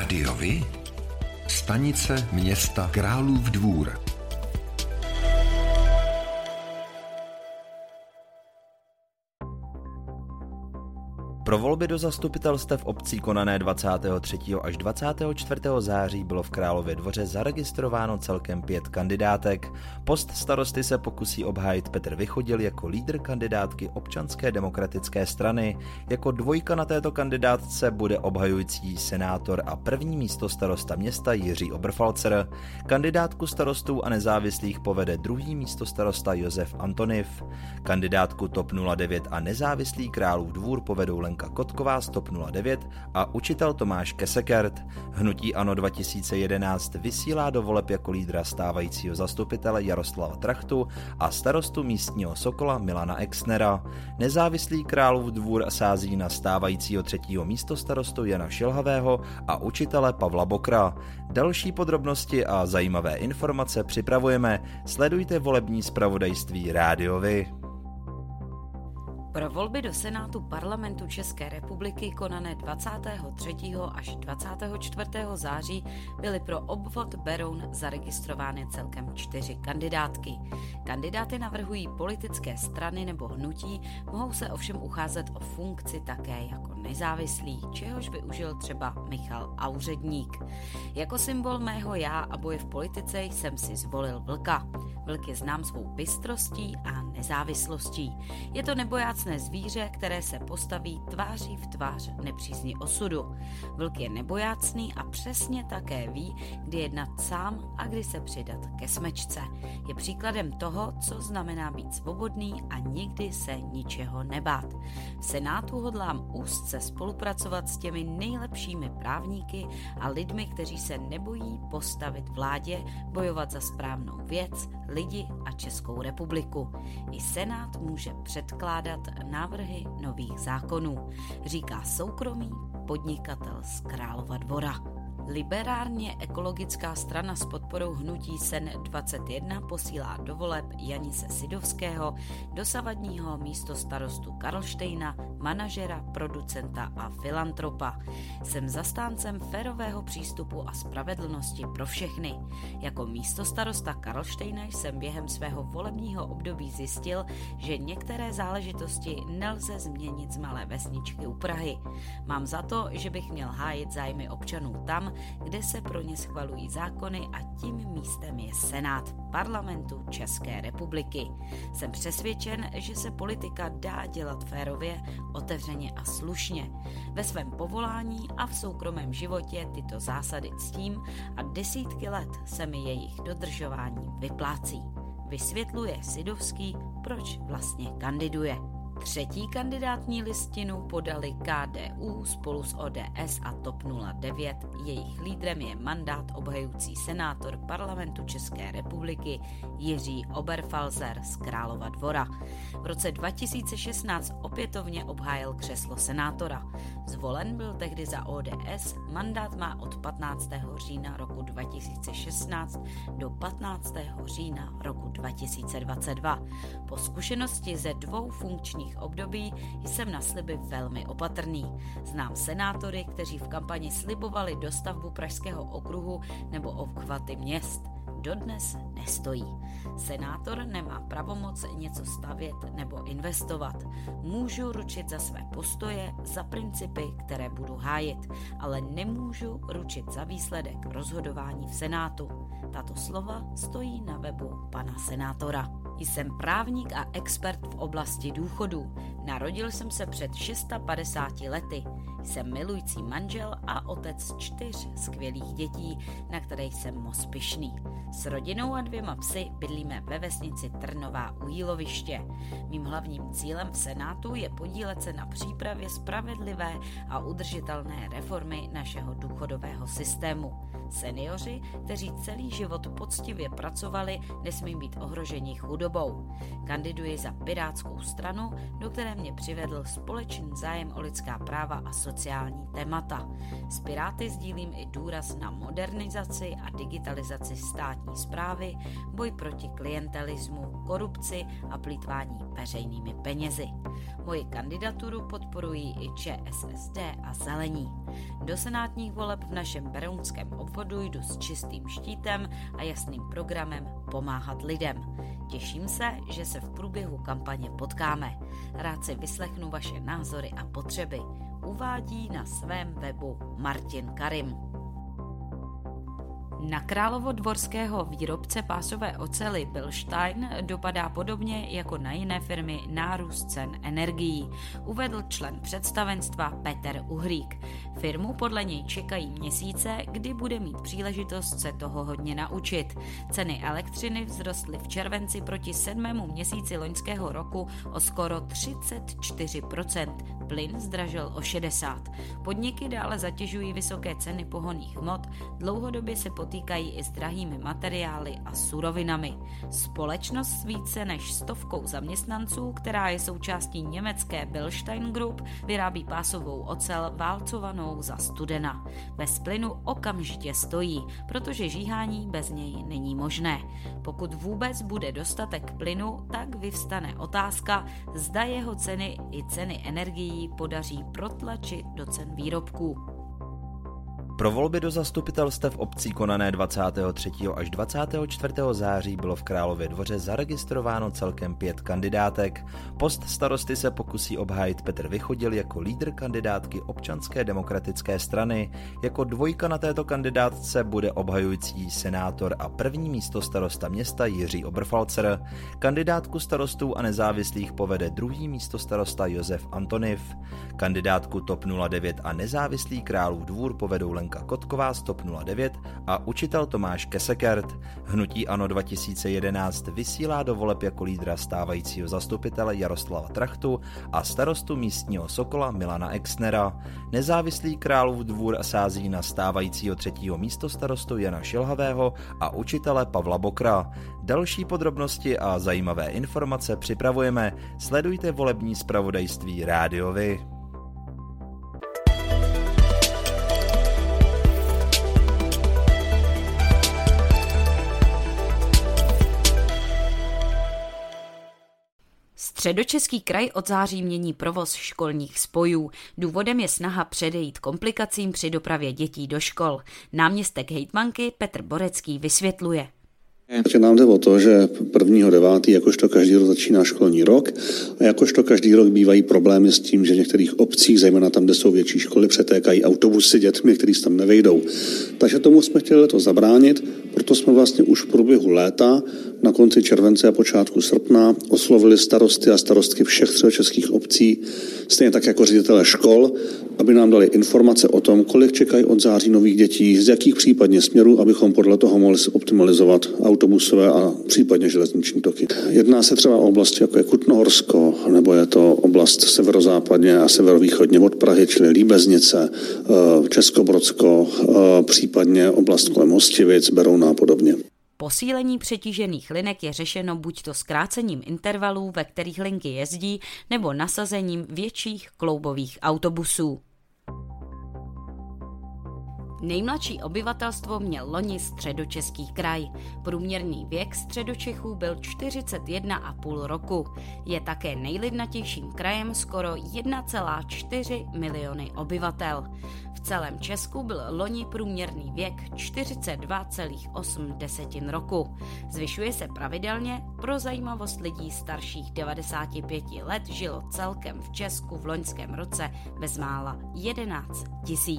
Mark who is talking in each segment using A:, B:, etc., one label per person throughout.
A: Rádiovi? Stanice města Králův Dvůr.
B: Pro volby do zastupitelstev obcí konané 23. až 24. září bylo v Králově Dvoře zaregistrováno celkem 5 kandidátek. Post starosty se pokusí obhájit Petr Vychodil jako lídr kandidátky Občanské demokratické strany. Jako dvojka na této kandidátce bude obhajující senátor a první místostarosta města Jiří Oberfalzer. Kandidátku starostů a nezávislých povede druhý místostarosta Josef Antoniv. Kandidátku TOP 09 a nezávislý Králův Dvůr povedou Lenka Kotková z TOP 09 a učitel Tomáš Kesekert. Hnutí ANO 2011 vysílá do voleb jako lídra stávajícího zastupitele Jaroslava Trachtu a starostu místního Sokola Milana Exnera. Nezávislý Králův Dvůr sází na stávajícího třetího místostarostu Jana Šilhavého a učitele Pavla Bokra. Další podrobnosti a zajímavé informace připravujeme. Sledujte volební zpravodajství Rádiovi.
C: Pro volby do Senátu Parlamentu České republiky konané 23. až 24. září byly pro obvod Beroun zaregistrovány celkem 4 kandidátky. Kandidáty navrhují politické strany nebo hnutí, mohou se ovšem ucházet o funkci také jako nezávislí, čehož využil třeba Michal Auředník. Jako symbol mého já a boje v politice jsem si zvolil vlka. Vlk je znám svou bystrostí a nezávislostí. Je to nebojácné zvíře, které se postaví tváří v tvář nepřízni osudu. Vlk je nebojácný a přesně také ví, kdy jednat sám a kdy se přidat ke smečce. Je příkladem toho, co znamená být svobodný a nikdy se ničeho nebát. V Senátu hodlám úzce spolupracovat s těmi nejlepšími právníky a lidmi, kteří se nebojí postavit vládě, bojovat za správnou věc, lidi a Českou republiku. I Senát může předkládat návrhy nových zákonů, říká soukromý podnikatel z Králova Dvora. Liberálně ekologická strana s podporou hnutí SEN 21 posílá do voleb Janise Sidovského, dosavadního místostarostu Karlštejna, manažera, producenta a filantropa. Jsem zastáncem férového přístupu a spravedlnosti pro všechny. Jako místostarosta Karlštejna jsem během svého volebního období zjistil, že některé záležitosti nelze změnit z malé vesničky u Prahy. Mám za to, že bych měl hájit zájmy občanů tam, kde se pro ně schvalují zákony a tím místem je Senát Parlamentu České republiky. Jsem přesvědčen, že se politika dá dělat férově, otevřeně a slušně. Ve svém povolání a v soukromém životě tyto zásady ctím a desítky let se mi jejich dodržování vyplácí. Vysvětluje Sidovský, proč vlastně kandiduje. Třetí kandidátní listinu podali KDU spolu s ODS a TOP 09. Jejich lídrem je mandát obhajující senátor Parlamentu České republiky Jiří Oberfalzer z Králova Dvora. V roce 2016 opětovně obhájil křeslo senátora. Zvolen byl tehdy za ODS, mandát má od 15. října roku 2016 do 15. října roku 2022. Po zkušenosti ze 2 funkčních období jsem na sliby velmi opatrný. Znám senátory, kteří v kampani slibovali dostavbu Pražského okruhu nebo obchvaty měst. Dodnes nestojí. Senátor nemá pravomoc něco stavět nebo investovat. Můžu ručit za své postoje, za principy, které budu hájit, ale nemůžu ručit za výsledek rozhodování v Senátu. Tato slova stojí na webu pana senátora. Jsem právník a expert v oblasti důchodů. Narodil jsem se před 650 lety. Jsem milující manžel a otec 4 skvělých dětí, na které jsem moc pyšný. S rodinou a 2 psy bydlíme ve vesnici Trnová u Jíloviště. Mým hlavním cílem v Senátu je podílet se na přípravě spravedlivé a udržitelné reformy našeho důchodového systému. Seniori, kteří celý život poctivě pracovali, nesmí být ohroženi chudobou. Kandiduji za Pirátskou stranu, do které mě přivedl společný zájem o lidská práva a sociální témata. S Piráty sdílím i důraz na modernizaci a digitalizaci státní správy, boj proti klientelismu, korupci a plýtvání veřejnými penězi. Moji kandidaturu podporují i ČSSD a Zelení. Do senátních voleb v našem berounském obvodu jdu s čistým štítem a jasným programem pomáhat lidem. Těším se, že se v průběhu kampaně potkáme. Rád si vyslechnu vaše názory a potřeby. Uvádí na svém webu Martin Karim. Na královodvorského výrobce pásové oceli Bilstein dopadá podobně jako na jiné firmy nárůst cen energií, uvedl člen představenstva Petr Uhrík. Firmu podle něj čekají měsíce, kdy bude mít příležitost se toho hodně naučit. Ceny elektřiny vzrostly v červenci proti 7. měsíci loňského roku o skoro 34%. Plyn zdražil o 60%. Podniky dále zatěžují vysoké ceny pohonných hmot, dlouhodobě se potýkají i s drahými materiály a surovinami. Společnost s více než 100 zaměstnanců, která je součástí německé Bilstein Group, vyrábí pásovou ocel válcovanou za studena. Bez plynu okamžitě stojí, protože žíhání bez něj není možné. Pokud vůbec bude dostatek plynu, tak vyvstane otázka, zda jeho ceny i ceny energií podaří protlačit do cen výrobků.
B: Pro volby do zastupitelstev obcí konané 23. až 24. září bylo v Králově Dvoře zaregistrováno celkem 5 kandidátek. Post starosty se pokusí obhájit Petr Vychodil jako lídr kandidátky Občanské demokratické strany. Jako dvojka na této kandidátce bude obhajující senátor a první místostarosta města Jiří Oberfalzer. Kandidátku starostů a nezávislých povede druhý místostarosta Josef Antoniv. Kandidátku TOP 09 a nezávislý Králův Dvůr povedou Lenka Kotková z TOP 09 a učitel Tomáš Kesekert. Hnutí ANO 2011 vysílá do voleb jako lídra stávajícího zastupitele Jaroslava Trachtu a starostu místního Sokola Milana Exnera. Nezávislý Králův Dvůr sází na stávajícího 3. místostarostu Jana Šilhavého a učitele Pavla Bokra. Další podrobnosti a zajímavé informace připravujeme. Sledujte volební zpravodajství Rádio Vy.
C: Středočeský kraj od září mění provoz školních spojů. Důvodem je snaha předejít komplikacím při dopravě dětí do škol. Náměstek hejtmanky Petr Borecký vysvětluje.
D: Takže nám jde o to, že 1.9. jakožto každý rok začíná školní rok a jakožto každý rok bývají problémy s tím, že v některých obcích, zejména tam, kde jsou větší školy, přetékají autobusy dětmi, kteří se tam nevejdou. Takže tomu jsme chtěli letos zabránit, proto jsme vlastně už v průběhu léta, na konci července a počátku srpna, oslovili starosty a starostky všech středočeských obcí, stejně tak jako ředitele škol, aby nám dali informace o tom, kolik čekají od září nových dětí, z jakých případně směrů, abychom podle toho mohli optimalizovat autobusové a případně železniční toky. Jedná se třeba o oblasti, jako je Kutnohorsko, nebo je to oblast severozápadně a severovýchodně od Prahy, čili Líbeznice, Českobrodsko, případně oblast kolem Hostivic, Berouna a podobně.
C: Posílení přetížených linek je řešeno buď to zkrácením intervalů, ve kterých linky jezdí, nebo nasazením větších kloubových autobusů. Nejmladší obyvatelstvo měl loni Středočeský kraj. Průměrný věk Středočechů byl 41,5 roku. Je také nejlidnatějším krajem skoro 1,4 miliony obyvatel. V celém Česku byl loni průměrný věk 42,8 roku. Zvyšuje se pravidelně, pro zajímavost lidí starších 95 let žilo celkem v Česku v loňském roce bezmála 11 000.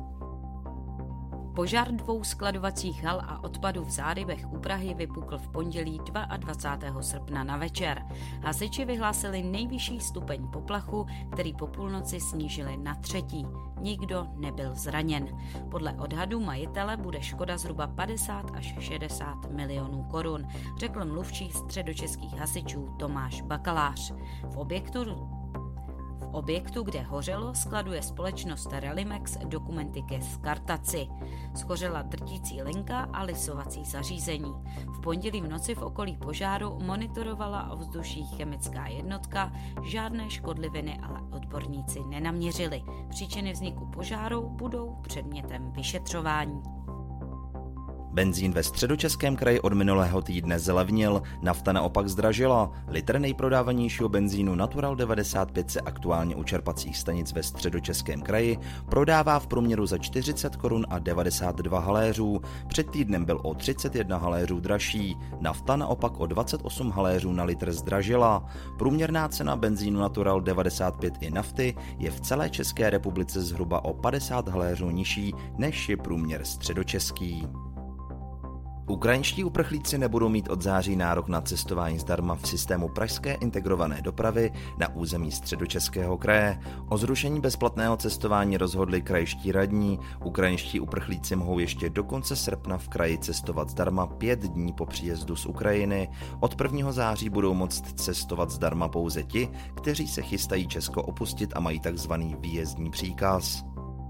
C: Požár 2 skladovacích hal a odpadu v Zárybech u Prahy vypukl v pondělí 22. srpna na večer. Hasiči vyhlásili nejvyšší stupeň poplachu, který po půlnoci snížili na 3. Nikdo nebyl zraněn. Podle odhadu majitele bude škoda zhruba 50 až 60 milionů korun, řekl mluvčí středočeských hasičů Tomáš Bakalář. V objektu, kde hořelo, skladuje společnost Relimex dokumenty ke skartaci. Schořela drtící linka a lisovací zařízení. V pondělí v noci v okolí požáru monitorovala ovzduší chemická jednotka, žádné škodliviny ale odborníci nenaměřili. Příčiny vzniku požáru budou předmětem vyšetřování.
B: Benzín ve Středočeském kraji od minulého týdne zlevnil, nafta naopak zdražila. Litr nejprodávanějšího benzínu Natural 95 se aktuálně u čerpacích stanic ve Středočeském kraji prodává v průměru za 40 korun a 92 haléřů. Před týdnem byl o 31 haléřů dražší. Nafta naopak o 28 haléřů na litr zdražila. Průměrná cena benzínu Natural 95 i nafty je v celé České republice zhruba o 50 haléřů nižší, než je průměr středočeský. Ukrajinští uprchlíci nebudou mít od září nárok na cestování zdarma v systému pražské integrované dopravy na území Středočeského kraje. O zrušení bezplatného cestování rozhodli krajští radní. Ukrajinští uprchlíci mohou ještě do konce srpna v kraji cestovat zdarma 5 dní po příjezdu z Ukrajiny. Od 1. září budou moct cestovat zdarma pouze ti, kteří se chystají Česko opustit a mají takzvaný výjezdní příkaz.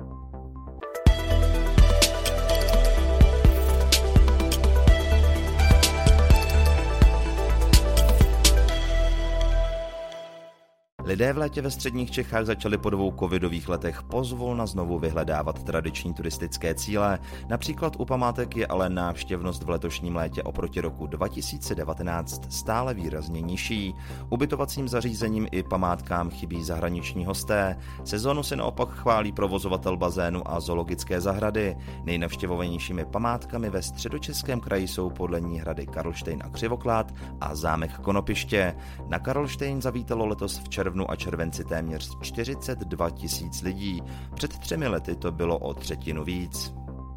B: Lidé v létě ve středních Čechách začali po 2 covidových letech pozvolna znovu vyhledávat tradiční turistické cíle. Například u památek je ale návštěvnost v letošním létě oproti roku 2019 stále výrazně nižší. Ubytovacím zařízením i památkám chybí zahraniční hosté. Sezónu se naopak chválí provozovatel bazénu a zoologické zahrady. Nejnavštěvovanějšími památkami ve Středočeském kraji jsou podle ní hrady Karlštejn a Křivoklát a zámek Konopiště. Na Karlštejn zavítalo letos v červnu a červenci téměř 42 000 lidí. Před 3 lety to bylo o 1/3 víc.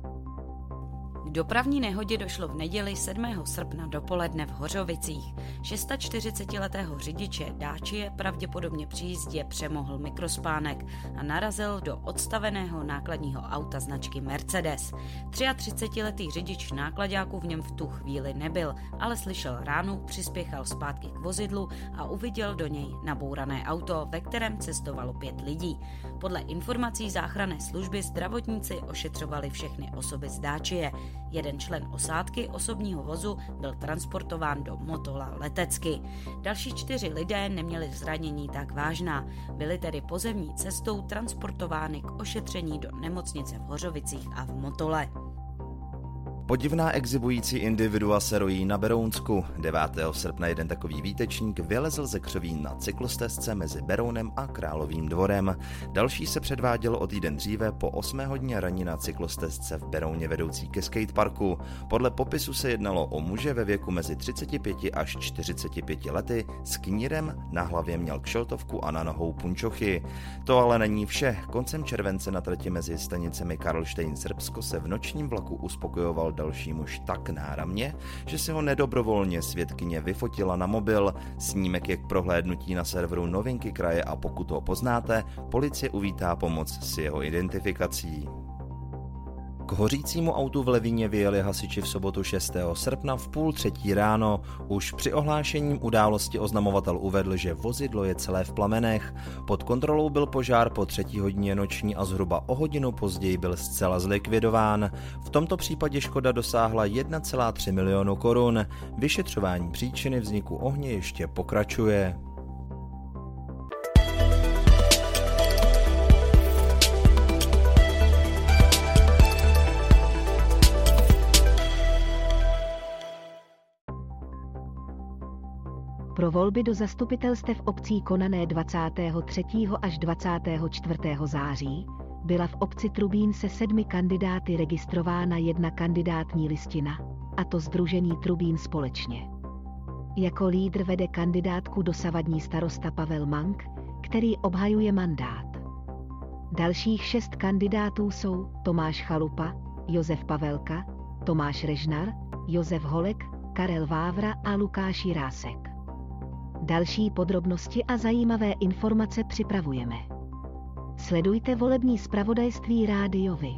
C: K dopravní nehodě došlo v neděli 7. srpna dopoledne v Hořovicích. 46letého řidiče Dacie pravděpodobně při jízdě přemohl mikrospánek a narazil do odstaveného nákladního auta značky Mercedes. 33letý řidič náklaďáku v něm v tu chvíli nebyl, ale slyšel ránu, přispěchal zpátky k vozidlu a uviděl do něj nabourané auto, ve kterém cestovalo 5 lidí. Podle informací záchranné služby zdravotníci ošetřovali všechny osoby z Dacie. Jeden člen osádky osobního vozu byl transportován do Motola letecky. Další 4 lidé neměli zranění tak vážná, byli tedy pozemní cestou transportovány k ošetření do nemocnice v Hořovicích a v Motole.
B: Podivná exhibující individua se rojí na Berounsku. 9. srpna jeden takový výtečník vylezl ze křoví na cyklostezce mezi Berounem a Královým dvorem. Další se předváděl o týden dříve po 8. hodině ranní na cyklostezce v Berouně vedoucí ke skateparku. Podle popisu se jednalo o muže ve věku mezi 35 až 45 lety, s knírem, na hlavě měl kšeltovku a na nohou punčochy. To ale není vše. Koncem července na trati mezi stanicemi Karlštejn Srbsko se v nočním vlaku uspokojoval další muž tak náramně, že si ho nedobrovolně svědkyně vyfotila na mobil. Snímek je k prohlédnutí na serveru Novinky kraje a pokud ho poznáte, policie uvítá pomoc s jeho identifikací. K hořícímu autu v Levíně vyjeli hasiči v sobotu 6. srpna v 2:30 ráno. Už při ohlášení události oznamovatel uvedl, že vozidlo je celé v plamenech. Pod kontrolou byl požár po 3. hodině noční a zhruba o hodinu později byl zcela zlikvidován. V tomto případě škoda dosáhla 1,3 milionu korun. Vyšetřování příčiny vzniku ohně ještě pokračuje.
E: Pro volby do zastupitelstev obcí konané 23. až 24. září byla v obci Trubín se 7 kandidáty registrována jedna kandidátní listina, a to Sdružení Trubín společně. Jako lídr vede kandidátku dosavadní starosta Pavel Mank, který obhajuje mandát. Dalších 6 kandidátů jsou Tomáš Chalupa, Josef Pavelka, Tomáš Režnar, Josef Holek, Karel Vávra a Lukáš Jirásek. Další podrobnosti a zajímavé informace připravujeme. Sledujte volební zpravodajství Rádiovi.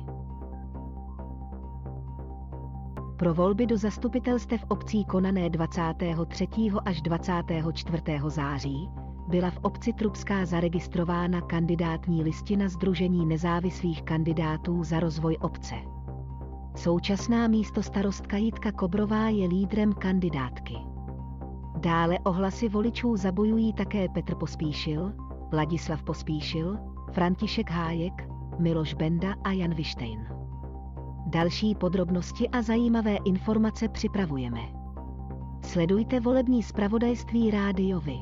E: Pro volby do zastupitelstev obcí konané 23. až 24. září byla v obci Trubská zaregistrována kandidátní listina Sdružení nezávislých kandidátů za rozvoj obce. Současná místostarostka Jitka Kobrová je lídrem kandidátky. Dále ohlasy voličů zabojují také Petr Pospíšil, Ladislav Pospíšil, František Hájek, Miloš Benda a Jan Vištejn. Další podrobnosti a zajímavé informace připravujeme. Sledujte volební zpravodajství Rádio Vy.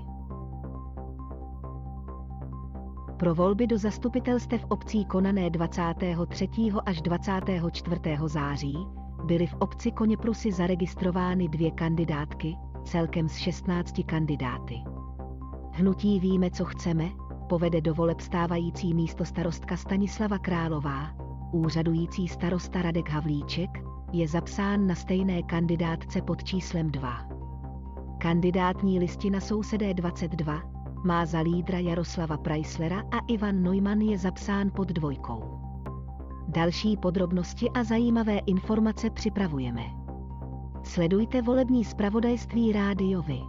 E: Pro volby do zastupitelstev obcí konané 23. až 24. září byly v obci Koněprusy zaregistrovány 2 kandidátky, celkem z 16 kandidáty. Hnutí Víme, co chceme povede do voleb stávající místostarostka Stanislava Králová, úřadující starosta Radek Havlíček je zapsán na stejné kandidátce pod číslem 2. Kandidátní listina Sousedé 22 má za lídra Jaroslava Preislera a Ivan Neumann je zapsán pod 2. Další podrobnosti a zajímavé informace připravujeme. Sledujte volební zpravodajství Rádio Vy.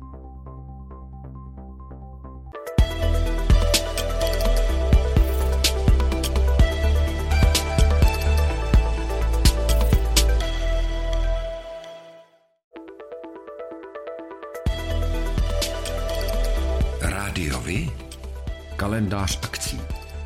A: Rádio Vy, kalendář akcí.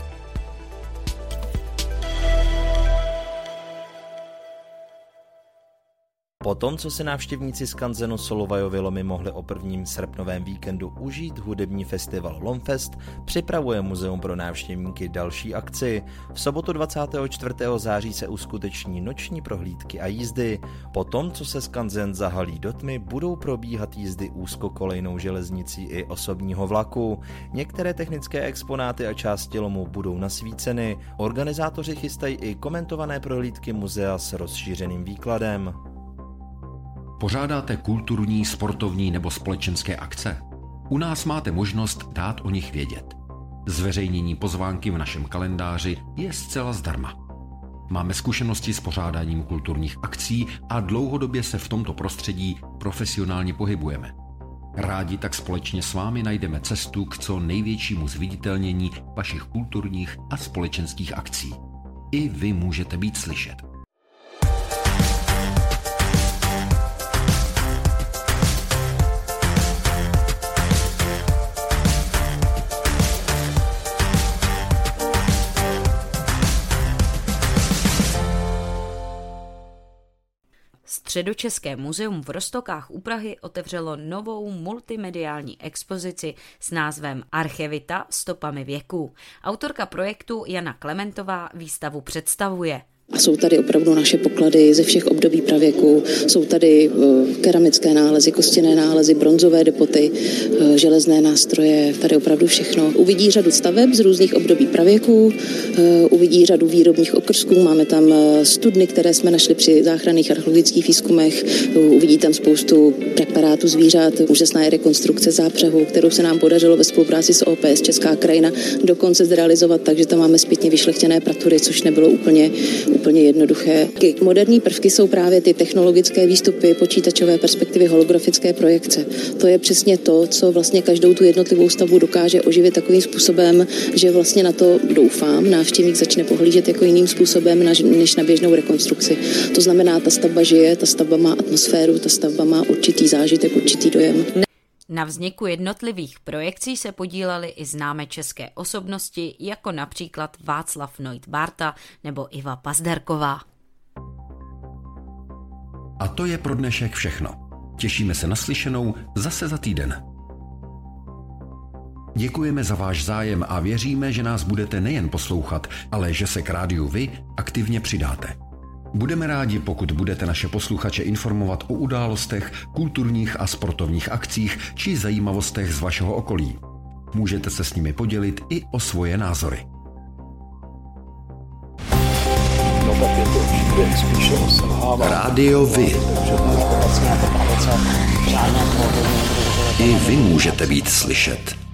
B: Po tom, co se návštěvníci skanzenu Solovajovy lomy mohli o prvním srpnovém víkendu užít hudební festival Lomfest, připravuje Muzeum pro návštěvníky další akci. V sobotu 24. září se uskuteční noční prohlídky a jízdy. Po tom, co se skanzen zahalí do tmy, budou probíhat jízdy úzkokolejnou železnicí i osobního vlaku. Některé technické exponáty a části lomu budou nasvíceny. Organizátoři chystají i komentované prohlídky muzea s rozšířeným výkladem.
A: Pořádáte kulturní, sportovní nebo společenské akce? U nás máte možnost dát o nich vědět. Zveřejnění pozvánky v našem kalendáři je zcela zdarma. Máme zkušenosti s pořádáním kulturních akcí a dlouhodobě se v tomto prostředí profesionálně pohybujeme. Rádi tak společně s vámi najdeme cestu k co největšímu zviditelnění vašich kulturních a společenských akcí. I vy můžete být slyšet.
C: Středočeské muzeum v Roztokách u Prahy otevřelo novou multimediální expozici s názvem Archevita stopami věků. Autorka projektu Jana Klementová výstavu představuje.
F: A jsou tady opravdu naše poklady ze všech období pravěku. Jsou tady keramické nálezy, kostěné nálezy, bronzové depoty, železné nástroje, tady opravdu všechno. Uvidí řadu staveb z různých období pravěku, uvidí řadu výrobních okrsků, máme tam studny, které jsme našli při záchranných archeologických výzkumech, uvidí tam spoustu preparátů zvířat, úžasná je rekonstrukce zápřehu, kterou se nám podařilo ve spolupráci s OPS Česká krajina dokonce zrealizovat, takže tam máme zpětně vyšlechtěné pratury, což nebylo úplně jednoduché. Moderní prvky jsou právě ty technologické výstupy, počítačové perspektivy, holografické projekce. To je přesně to, co vlastně každou tu jednotlivou stavbu dokáže oživit takovým způsobem, že vlastně na to doufám, návštěvník začne pohlížet jako jiným způsobem než na běžnou rekonstrukci. To znamená, ta stavba žije, ta stavba má atmosféru, ta stavba má určitý zážitek, určitý dojem.
C: Na vzniku jednotlivých projekcí se podílely i známé české osobnosti, jako například Václav Noit Bárta nebo Iva Pazderková.
A: A to je pro dnešek všechno. Těšíme se na slyšenou zase za týden. Děkujeme za váš zájem a věříme, že nás budete nejen poslouchat, ale že se k Rádiu Vy aktivně přidáte. Budeme rádi, pokud budete naše posluchače informovat o událostech, kulturních a sportovních akcích či zajímavostech z vašeho okolí. Můžete se s nimi podělit i o svoje názory. Rádio Vy. I vy můžete být slyšet.